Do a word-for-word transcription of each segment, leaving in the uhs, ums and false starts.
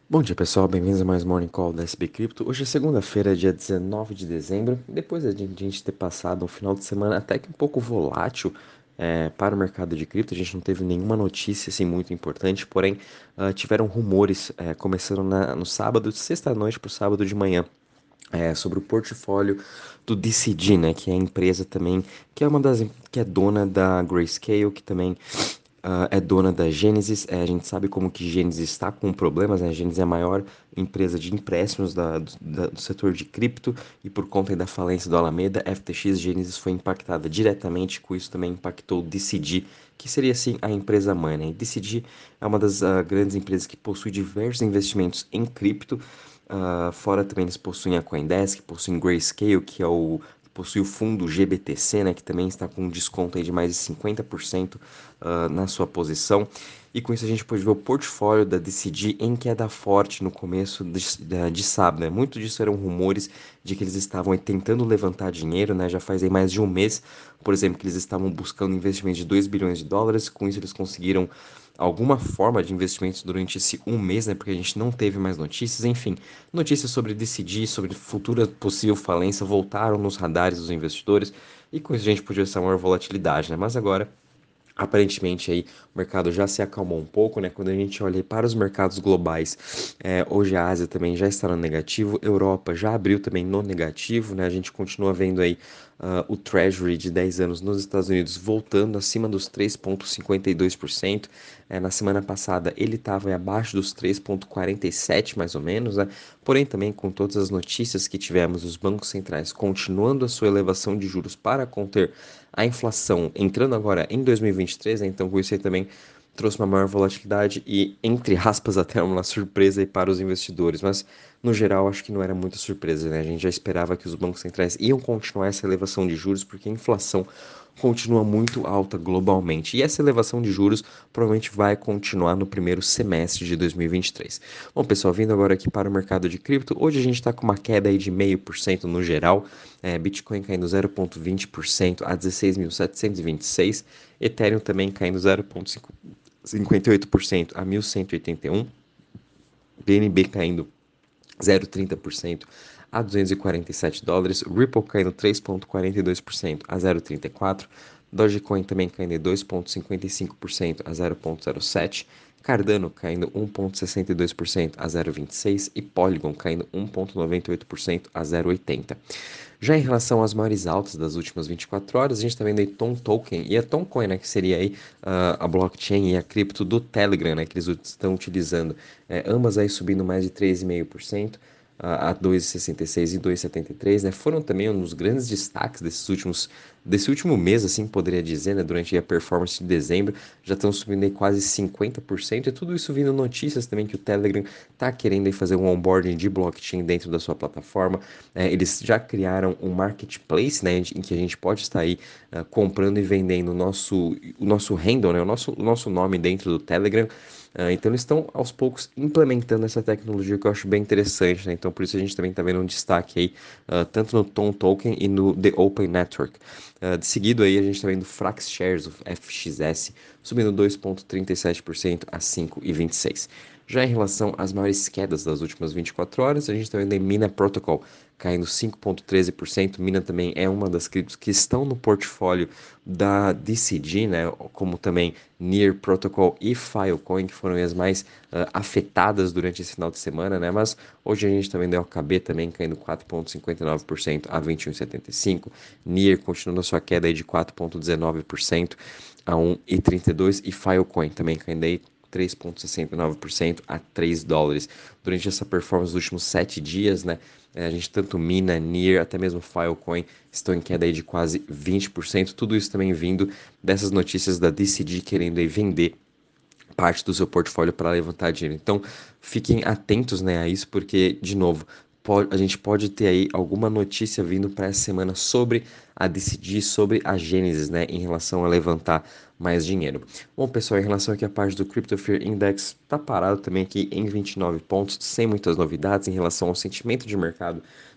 Bom dia pessoal, bem-vindos a mais um Morning Call da S B Crypto. Hoje é segunda-feira, dia dezenove de dezembro. Depois de a gente ter passado um final de semana até que um pouco volátil é, para o mercado de cripto, a gente não teve nenhuma notícia assim, muito importante, porém uh, tiveram rumores é, começando na, no sábado, sexta-noite para o sábado de manhã. É, sobre o portfólio do D C G, né, que é a empresa também, que é uma das, que é dona da Grayscale, que também ah, é dona da Genesis. É, a gente sabe como que Genesis está com problemas, né? A Genesis é a maior empresa de empréstimos da, do, da- do setor de cripto e por conta aí da falência do Alameda, F T X Genesis foi impactada diretamente, com isso também impactou o D C G, que seria assim a empresa mãe, né? E D C G é uma das ah, grandes empresas que possui diversos investimentos em cripto. Ah, fora também eles possuem a CoinDesk, possuem Grayscale, que é o que possui o fundo G B T C, né, que também está com um desconto aí de mais de cinquenta por cento ah, na sua posição. E com isso a gente pode ver o portfólio da D C G em queda forte no começo de, de, de sábado, né? Muito disso eram rumores de que eles estavam aí tentando levantar dinheiro, né? Já faz aí mais de um mês, por exemplo, que eles estavam buscando um investimento de dois bilhões de dólares. Com isso eles conseguiram alguma forma de investimentos durante esse um mês, né? Porque a gente não teve mais notícias. Enfim, notícias sobre decidir, sobre futura possível falência voltaram nos radares dos investidores e com isso a gente podia essa maior volatilidade, né? Mas agora aparentemente aí o mercado já se acalmou um pouco, né? Quando a gente olha para os mercados globais, é, hoje a Ásia também já está no negativo, Europa já abriu também no negativo, né? A gente continua vendo aí uh, o Treasury de dez anos nos Estados Unidos voltando acima dos três vírgula cinquenta e dois por cento. É, na semana passada ele estava abaixo dos três vírgula quarenta e sete mais ou menos, né? Porém também com todas as notícias que tivemos, os bancos centrais continuando a sua elevação de juros para conter a inflação entrando agora em dois mil e vinte e três, né? Então com isso aí também trouxe uma maior volatilidade e, entre aspas, até uma surpresa aí para os investidores. Mas, no geral, acho que não era muita surpresa, né? A gente já esperava que os bancos centrais iam continuar essa elevação de juros, porque a inflação continua muito alta globalmente. E essa elevação de juros provavelmente vai continuar no primeiro semestre de dois mil e vinte e três. Bom, pessoal, vindo agora aqui para o mercado de cripto, hoje a gente está com uma queda aí de zero vírgula cinco por cento no geral, é, Bitcoin caindo zero vírgula vinte por cento a dezesseis mil setecentos e vinte e seis, Ethereum também caindo zero vírgula cinquenta e oito por cento a mil cento e oitenta e um, B N B caindo zero vírgula trinta por cento a duzentos e quarenta e sete dólares, Ripple caindo três vírgula quarenta e dois por cento a zero vírgula trinta e quatro, Dogecoin também caindo dois vírgula cinquenta e cinco por cento a zero vírgula zero sete, Cardano caindo um vírgula sessenta e dois por cento a zero vírgula vinte e seis e Polygon caindo um vírgula noventa e oito por cento a zero vírgula oitenta. Já em relação às maiores altas das últimas vinte e quatro horas, a gente está vendo aí Tom Token e a Toncoin, né, que seria aí uh, a blockchain e a cripto do Telegram, né, que eles estão utilizando. É, ambas aí subindo mais de três vírgula cinco por cento a dois vírgula sessenta e seis e dois vírgula setenta e três, né? Foram também um dos grandes destaques desses últimos desse último mês, assim poderia dizer, né? Durante a performance de dezembro, já estão subindo aí quase cinquenta por cento e tudo isso vindo notícias também que o Telegram está querendo aí fazer um onboarding de blockchain dentro da sua plataforma. É, eles já criaram um marketplace, né? Em que a gente pode estar aí uh, comprando e vendendo o nosso o nosso handle, né? O nosso o nosso nome dentro do Telegram. Uh, então eles estão aos poucos implementando essa tecnologia que eu acho bem interessante, né? Então por isso a gente também está vendo um destaque aí, uh, tanto no Tom Token e no The Open Network. Uh, de seguido aí a gente está vendo Frax Shares, o F X S, subindo dois vírgula trinta e sete por cento a cinco vírgula vinte e seis. Já em relação às maiores quedas das últimas vinte e quatro horas, a gente está vendo em Mina Protocol caindo cinco vírgula treze por cento. Mina também é uma das criptos que estão no portfólio da D C G, né? Como também Near Protocol e Filecoin, que foram as mais uh, afetadas durante esse final de semana, né? Mas hoje a gente também deu a K B também caindo quatro vírgula cinquenta e nove por cento a vinte e um vírgula setenta e cinco. Near continuando a sua queda aí de quatro vírgula dezenove por cento a um vírgula trinta e dois e Filecoin também caindo aí três vírgula sessenta e nove por cento a três dólares. Durante essa performance dos últimos sete dias, né? A gente tanto Mina, Near, até mesmo Filecoin estão em queda aí de quase vinte por cento. Tudo isso também vindo dessas notícias da D C G querendo aí vender parte do seu portfólio para levantar dinheiro. Então, fiquem atentos, né, a isso, porque, de novo, pode, a gente pode ter aí alguma notícia vindo para essa semana sobre a decidir, sobre a Gênesis, né, em relação a levantar mais dinheiro. Bom, pessoal, em relação aqui à parte do Crypto Fear Index, está parado também aqui em vinte e nove pontos, sem muitas novidades em relação ao sentimento de mercado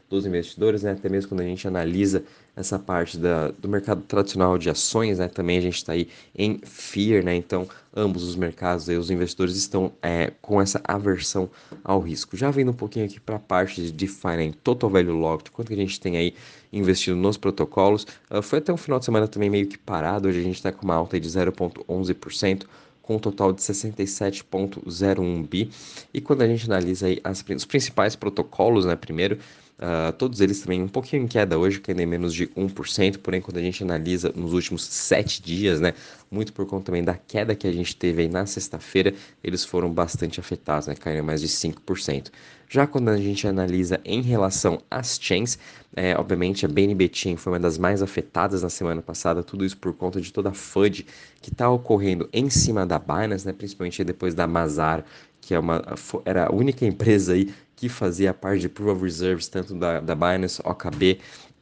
dos investidores, né? Até mesmo quando a gente analisa essa parte da, do mercado tradicional de ações, né? Também a gente está aí em fear, né? Então, ambos os mercados, aí, os investidores estão é, com essa aversão ao risco. Já vendo um pouquinho aqui para a parte de DeFi, né? Em Total Value Locked, quanto que a gente tem aí investido nos protocolos, uh, foi até um final de semana também meio que parado, hoje a gente está com uma alta de zero vírgula onze por cento, com um total de sessenta e sete vírgula zero um bi. E quando a gente analisa aí as, os principais protocolos, né, primeiro, Uh, todos eles também um pouquinho em queda hoje, que ainda é menos de um por cento, porém quando a gente analisa nos últimos sete dias, né, muito por conta também da queda que a gente teve aí na sexta-feira, eles foram bastante afetados, né, caíram mais de cinco por cento. Já quando a gente analisa em relação às chains, é, obviamente a B N B Chain foi uma das mais afetadas na semana passada, tudo isso por conta de toda a F U D que está ocorrendo em cima da Binance, né, principalmente depois da Mazar, que é uma, era a única empresa aí que fazia parte de Proof of Reserves, tanto da, da Binance, O K B,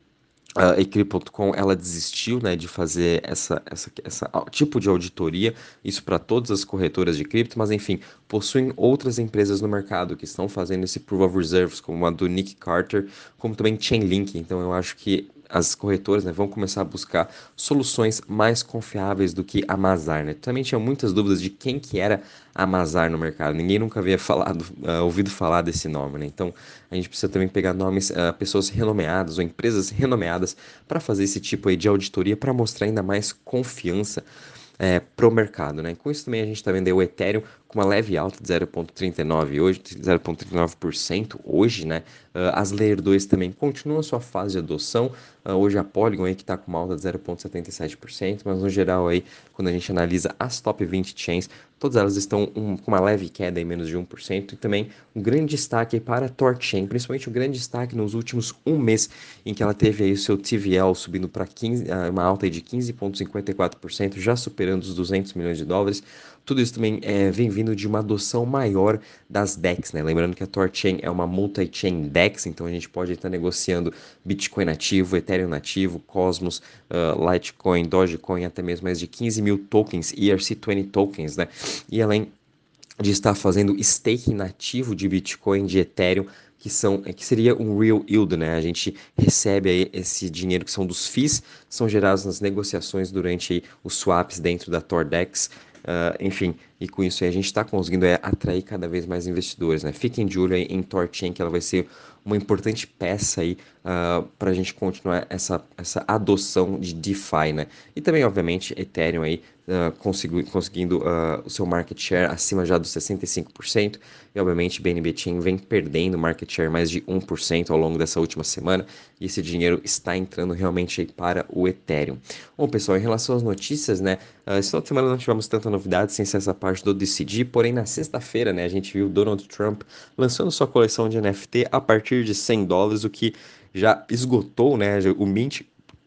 Uh, e Crypto ponto com, ela desistiu, né, de fazer essa, essa, essa tipo de auditoria, isso para todas as corretoras de cripto, mas enfim, possuem outras empresas no mercado que estão fazendo esse Proof of Reserves, como a do Nick Carter, como também Chainlink. Então eu acho que as corretoras, né, vão começar a buscar soluções mais confiáveis do que a Mazar, né? Também tinha muitas dúvidas de quem que era a Mazar no mercado. Ninguém nunca havia falado, uh, ouvido falar desse nome, né? Então a gente precisa também pegar nomes, uh, pessoas renomeadas ou empresas renomeadas para fazer esse tipo aí de auditoria para mostrar ainda mais confiança é, pro mercado, né? Com isso também a gente está vendo aí o Ethereum com uma leve alta de zero vírgula trinta e nove hoje, zero vírgula trinta e nove por cento hoje, né? Uh, as Layer dois também continuam a sua fase de adoção. Uh, hoje a Polygon aí que está com uma alta de zero vírgula setenta e sete por cento, mas no geral aí, quando a gente analisa as top vinte chains, todas elas estão um, com uma leve queda em menos de um por cento, e também um grande destaque para a Torchain, principalmente um grande destaque nos últimos um mês, em que ela teve aí o seu T V L subindo para uma alta de quinze vírgula cinquenta e quatro por cento, já superando os duzentos milhões de dólares. Tudo isso também é, vem vindo de uma adoção maior das D E X, né? Lembrando que a Torchain é uma multi-chain D E X, então a gente pode estar negociando Bitcoin nativo, Ethereum nativo, Cosmos, uh, Litecoin, Dogecoin, até mesmo mais de quinze mil tokens, E R C vinte tokens, né? E além de estar fazendo staking nativo de Bitcoin, de Ethereum, que são, que seria um real yield, né? A gente recebe aí esse dinheiro que são dos fees, são gerados nas negociações durante aí os swaps dentro da Tordex. Uh, enfim, e com isso aí a gente está conseguindo é, atrair cada vez mais investidores, né? Fiquem de olho aí em Torchain, que ela vai ser uma importante peça aí uh, para a gente continuar essa, essa adoção de DeFi, né? E também, obviamente, Ethereum aí uh, consegui, conseguindo uh, o seu market share acima já dos sessenta e cinco por cento, e obviamente B N B Chain vem perdendo market share mais de um por cento ao longo dessa última semana, e esse dinheiro está entrando realmente aí para o Ethereum. Bom, pessoal, em relação às notícias, né? Uh, esse final de semana não tivemos tanta novidade sem ser essa parte do D C G, porém na sexta-feira, né, a gente viu Donald Trump lançando sua coleção de N F T a partir de cem dólares, o que já esgotou, né, o mint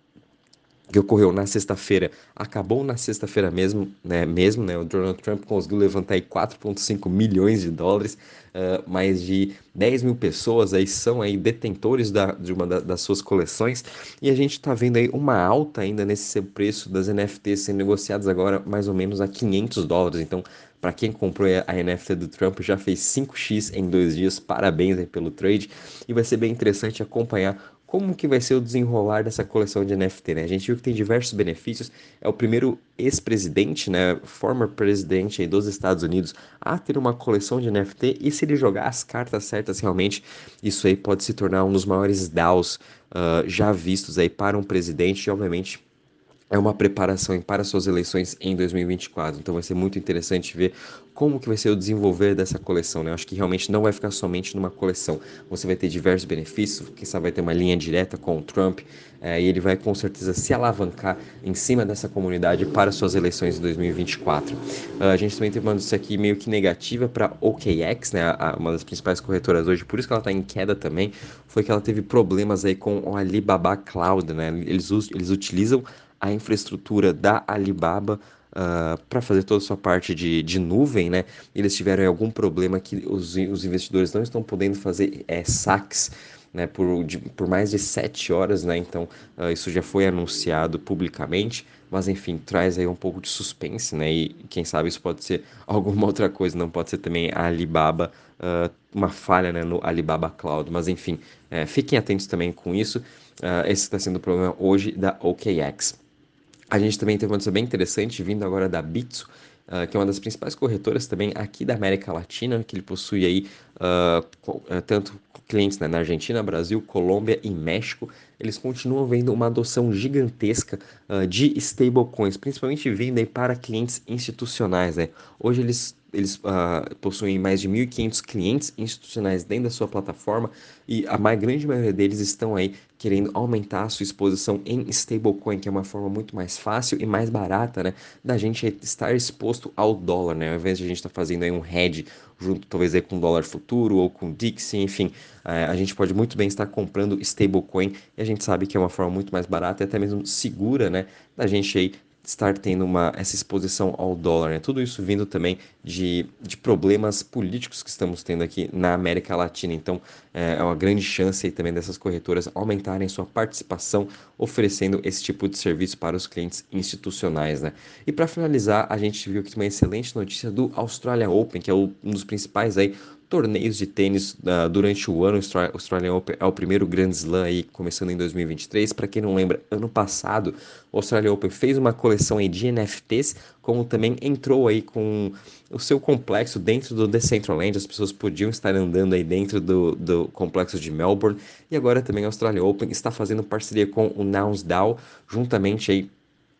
que ocorreu na sexta-feira, acabou na sexta-feira mesmo, né, mesmo, né, o Donald Trump conseguiu levantar aí quatro vírgula cinco milhões de dólares, uh, mais de dez mil pessoas aí são aí detentores da, de uma da, das suas coleções, e a gente está vendo aí uma alta ainda nesse preço das N F Ts sendo negociadas agora mais ou menos a quinhentos dólares, então para quem comprou a N F T do Trump já fez cinco x em dois dias, parabéns aí pelo trade, e vai ser bem interessante acompanhar como que vai ser o desenrolar dessa coleção de N F T, né? A gente viu que tem diversos benefícios. É o primeiro ex-presidente, né, former presidente aí dos Estados Unidos a ter uma coleção de N F T, e se ele jogar as cartas certas realmente, isso aí pode se tornar um dos maiores DAOs uh, já vistos aí para um presidente, e obviamente é uma preparação para suas eleições em dois mil e vinte e quatro. Então vai ser muito interessante ver como que vai ser o desenvolver dessa coleção, né? Eu acho que realmente não vai ficar somente numa coleção. Você vai ter diversos benefícios, quem sabe vai ter uma linha direta com o Trump, é, e ele vai com certeza se alavancar em cima dessa comunidade para suas eleições em dois mil e vinte e quatro. Uh, a gente também teve uma notícia aqui meio que negativa para O K X, né? A, a, uma das principais corretoras hoje, por isso que ela está em queda também, foi que ela teve problemas aí com o Alibaba Cloud, né? Eles, eles utilizam a infraestrutura da Alibaba uh, para fazer toda a sua parte de, de nuvem, né? Eles tiveram algum problema que os, os investidores não estão podendo fazer é, saques né, por, de, por mais de sete horas, né? Então, uh, isso já foi anunciado publicamente, mas enfim, traz aí um pouco de suspense, né? E quem sabe isso pode ser alguma outra coisa, não pode ser também a Alibaba, uh, uma falha, né, no Alibaba Cloud. Mas enfim, é, fiquem atentos também com isso. Uh, esse está sendo o problema hoje da O K X. A gente também teve uma notícia bem interessante vindo agora da Bitso, uh, que é uma das principais corretoras também aqui da América Latina, que ele possui aí uh, co- uh, tanto clientes, né, na Argentina, Brasil, Colômbia e México. Eles continuam vendo uma adoção gigantesca uh, de stablecoins, principalmente vindo aí para clientes institucionais, né? Hoje eles eles uh, possuem mais de mil e quinhentos clientes institucionais dentro da sua plataforma e a mais grande maioria deles estão aí querendo aumentar a sua exposição em stablecoin, que é uma forma muito mais fácil e mais barata, né, da gente estar exposto ao dólar, né, ao invés de a gente estar fazendo aí um hedge junto talvez aí com dólar futuro ou com Dixie, enfim, eh, a gente pode muito bem estar comprando stablecoin e a gente sabe que é uma forma muito mais barata e até mesmo segura, né, da gente aí estar tendo uma, essa exposição ao dólar, né? Tudo isso vindo também de, de problemas políticos que estamos tendo aqui na América Latina. Então, é é uma grande chance aí também dessas corretoras aumentarem sua participação, oferecendo esse tipo de serviço para os clientes institucionais, né? E para finalizar, a gente viu aqui uma excelente notícia do Australia Open, que é o- um dos principais aí torneios de tênis uh, durante o ano. O Austra- Australian Open é o primeiro Grand Slam aí, começando em dois mil e vinte e três. Para quem não lembra, ano passado, o Australian Open fez uma coleção aí de N F Ts, como também entrou aí com o seu complexo dentro do Decentraland. As pessoas podiam estar andando aí dentro do, do complexo de Melbourne. E agora também a Australian Open está fazendo parceria com o Nouns DAO, juntamente aí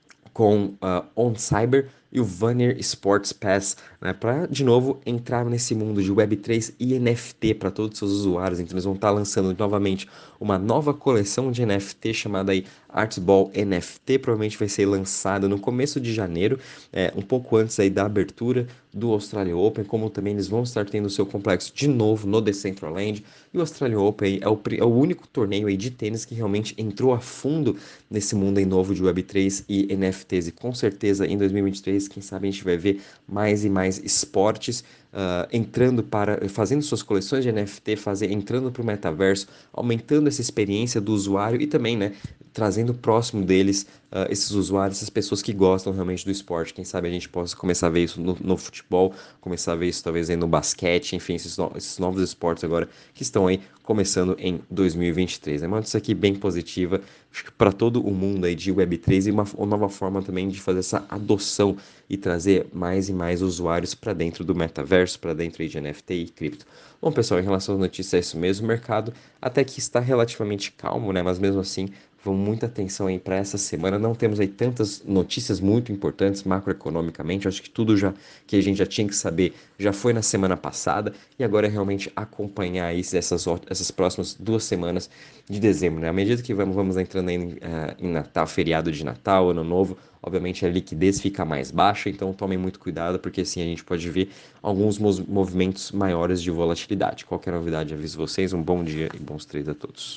com uh, On Cyber e o Vanier Sports Pass, né, para de novo entrar nesse mundo de web três e N F T para todos os seus usuários. Então eles vão estar lançando novamente uma nova coleção de N F T chamada aí Artball N F T, provavelmente vai ser lançada no começo de janeiro, é, um pouco antes aí da abertura do Australia Open, como também eles vão estar tendo o seu complexo de novo no Decentraland. E o Australia Open é o, é o único torneio aí de tênis que realmente entrou a fundo nesse mundo aí novo de web três e N F Ts. E com certeza em dois mil e vinte e três, quem sabe a gente vai ver mais e mais esportes uh, entrando para, fazendo suas coleções de N F T, fazer, entrando para o metaverso, aumentando essa experiência do usuário e também, né, trazendo próximo deles uh, esses usuários, essas pessoas que gostam realmente do esporte. Quem sabe a gente possa começar a ver isso no, no futebol, começar a ver isso talvez aí no basquete, enfim, esses, no, esses novos esportes agora que estão aí começando em dois mil e vinte e três. É uma notícia aqui bem positiva, acho que para todo o mundo aí de web três e uma, uma nova forma também de fazer essa adoção e trazer mais e mais usuários para dentro do metaverso, para dentro aí de N F T e cripto. Bom, pessoal, em relação às notícias, é isso mesmo. O mercado até que está relativamente calmo, né? Mas mesmo assim, vamos muita atenção aí para essa semana. Não temos aí tantas notícias muito importantes macroeconomicamente. Eu acho que tudo já que a gente já tinha que saber já foi na semana passada e agora é realmente acompanhar aí essas, essas próximas duas semanas de dezembro, né? À medida que vamos, vamos entrando aí em, uh, em Natal, feriado de Natal, Ano Novo, obviamente a liquidez fica mais baixa, então tomem muito cuidado, porque assim a gente pode ver alguns movimentos maiores de volatilidade. Qualquer novidade, aviso vocês. Um bom dia e bons trades a todos.